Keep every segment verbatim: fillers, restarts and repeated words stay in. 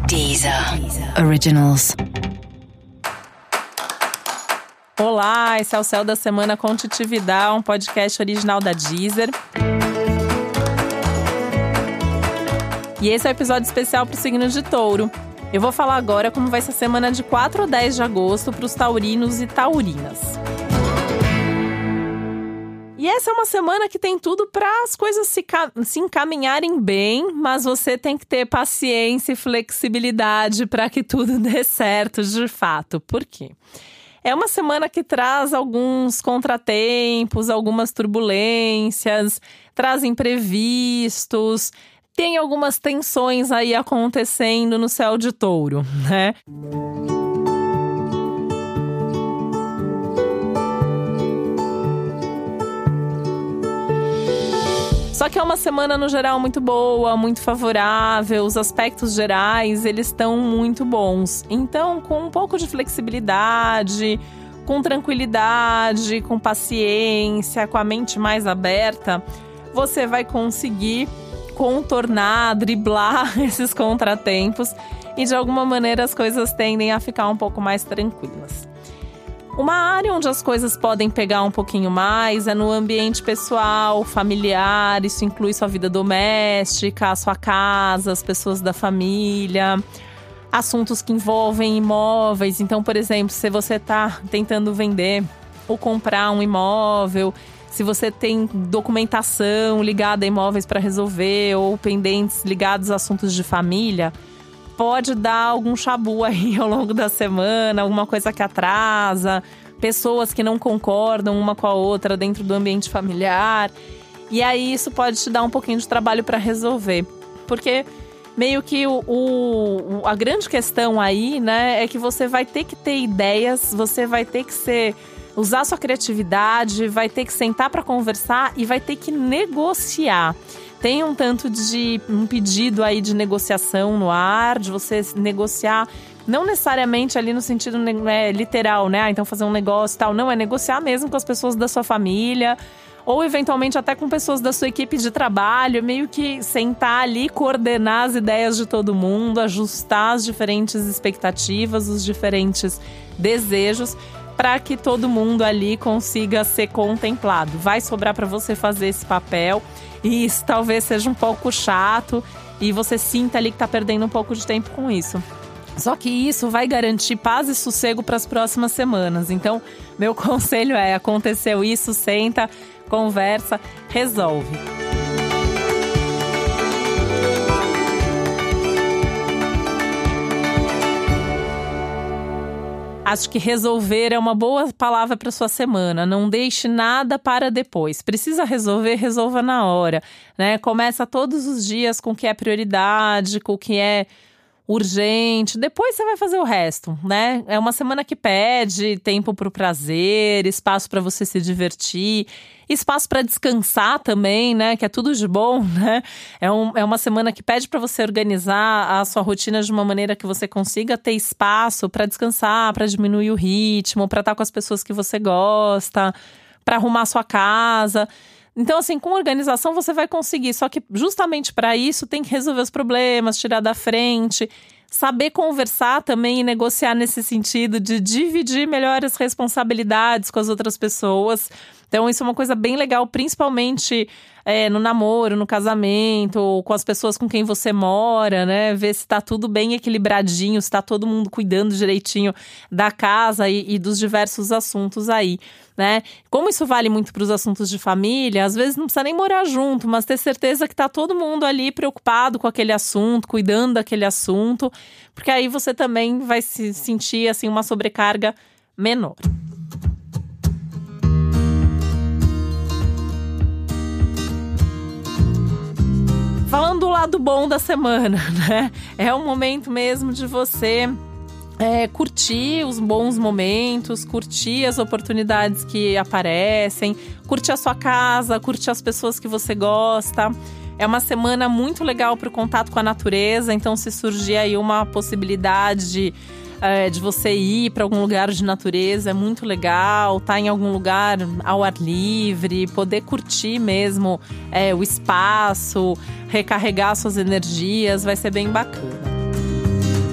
Deezer Originals. Olá, esse é o Céu da Semana com Titi Vidal, um podcast original da Deezer. E esse é o um episódio especial para o signo de Touro. Eu vou falar agora como vai ser a semana de quatro a dez de agosto para os taurinos e taurinas. E essa é uma semana que tem tudo para as coisas se, ca- se encaminharem bem, mas você tem que ter paciência e flexibilidade para que tudo dê certo de fato. Por quê? É uma semana que traz alguns contratempos, algumas turbulências, traz imprevistos, tem algumas tensões aí acontecendo no céu de Touro, né? Só que é uma semana, no geral, muito boa, muito favorável. Os aspectos gerais, eles estão muito bons. Então, com um pouco de flexibilidade, com tranquilidade, com paciência, com a mente mais aberta, você vai conseguir contornar, driblar esses contratempos e, de alguma maneira, as coisas tendem a ficar um pouco mais tranquilas. Uma área onde as coisas podem pegar um pouquinho mais é no ambiente pessoal, familiar. Isso inclui sua vida doméstica, a sua casa, as pessoas da família, assuntos que envolvem imóveis. Então, por exemplo, se você está tentando vender ou comprar um imóvel, se você tem documentação ligada a imóveis para resolver ou pendentes ligados a assuntos de família, pode dar algum chabu aí ao longo da semana, alguma coisa que atrasa, pessoas que não concordam uma com a outra dentro do ambiente familiar. E aí isso pode te dar um pouquinho de trabalho para resolver. Porque meio que o, o, a grande questão aí, né, é que você vai ter que ter ideias, você vai ter que ser, usar sua criatividade, vai ter que sentar para conversar e vai ter que negociar. Tem um tanto de um pedido aí de negociação no ar, de você negociar, não necessariamente ali no sentido né, literal, né? Ah, então fazer um negócio e tal. Não, é negociar mesmo com as pessoas da sua família, ou eventualmente até com pessoas da sua equipe de trabalho, meio que sentar ali, coordenar as ideias de todo mundo, ajustar as diferentes expectativas, os diferentes desejos, para que todo mundo ali consiga ser contemplado. Vai sobrar para você fazer esse papel. E isso talvez seja um pouco chato e você sinta ali que está perdendo um pouco de tempo com isso. Só que isso vai garantir paz e sossego para as próximas semanas. Então, meu conselho é, aconteceu isso, senta, conversa, resolve. Acho que resolver é uma boa palavra para sua semana. Não deixe nada para depois. Precisa resolver, resolva na hora, né? Começa todos os dias com o que é prioridade, com o que é urgente. Depois você vai fazer o resto, né? É uma semana que pede tempo para o prazer, espaço para você se divertir, espaço para descansar também, né? Que é tudo de bom, né? É, um, é uma semana que pede para você organizar a sua rotina de uma maneira que você consiga ter espaço para descansar, para diminuir o ritmo, para estar com as pessoas que você gosta, para arrumar a sua casa. Então, assim, com organização você vai conseguir, só que justamente para isso tem que resolver os problemas, tirar da frente, saber conversar também e negociar nesse sentido de dividir melhor as responsabilidades com as outras pessoas. Então, isso é uma coisa bem legal, principalmente é, no namoro, no casamento, ou com as pessoas com quem você mora, né? Ver se tá tudo bem equilibradinho, se tá todo mundo cuidando direitinho da casa e, e dos diversos assuntos aí, né? Como isso vale muito para os assuntos de família, às vezes não precisa nem morar junto, mas ter certeza que tá todo mundo ali preocupado com aquele assunto, cuidando daquele assunto, porque aí você também vai se sentir, assim, uma sobrecarga menor. Falando do lado bom da semana, né? É o momento mesmo de você é, curtir os bons momentos, curtir as oportunidades que aparecem, curtir a sua casa, curtir as pessoas que você gosta. É uma semana muito legal para o contato com a natureza, então se surgir aí uma possibilidade de, é, de você ir para algum lugar de natureza, é muito legal, estar tá em algum lugar ao ar livre, poder curtir mesmo é, o espaço, recarregar suas energias, vai ser bem bacana.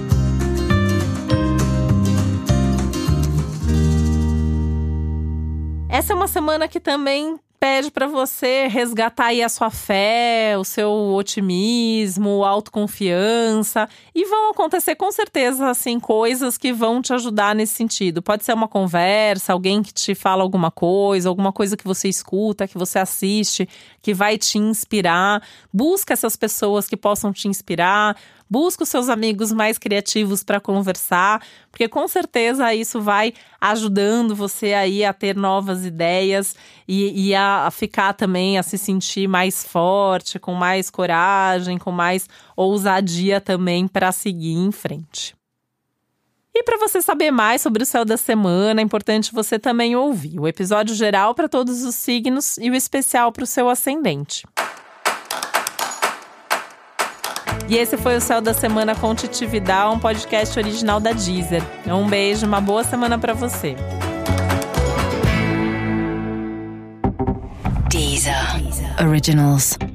Essa é uma semana que também pede para você resgatar aí a sua fé, o seu otimismo, autoconfiança. E vão acontecer com certeza, assim, coisas que vão te ajudar nesse sentido. Pode ser uma conversa, alguém que te fala alguma coisa, alguma coisa que você escuta, que você assiste, que vai te inspirar. Busca essas pessoas que possam te inspirar. Busca os seus amigos mais criativos para conversar, porque com certeza isso vai ajudando você aí a ter novas ideias e, e a ficar também, a se sentir mais forte, com mais coragem, com mais ousadia também para seguir em frente. E para você saber mais sobre o céu da semana, é importante você também ouvir o episódio geral para todos os signos e o especial para o seu ascendente. E esse foi o Céu da Semana com Titi Vidal, um podcast original da Deezer. Um beijo, uma boa semana pra você. Deezer. Deezer. Originals.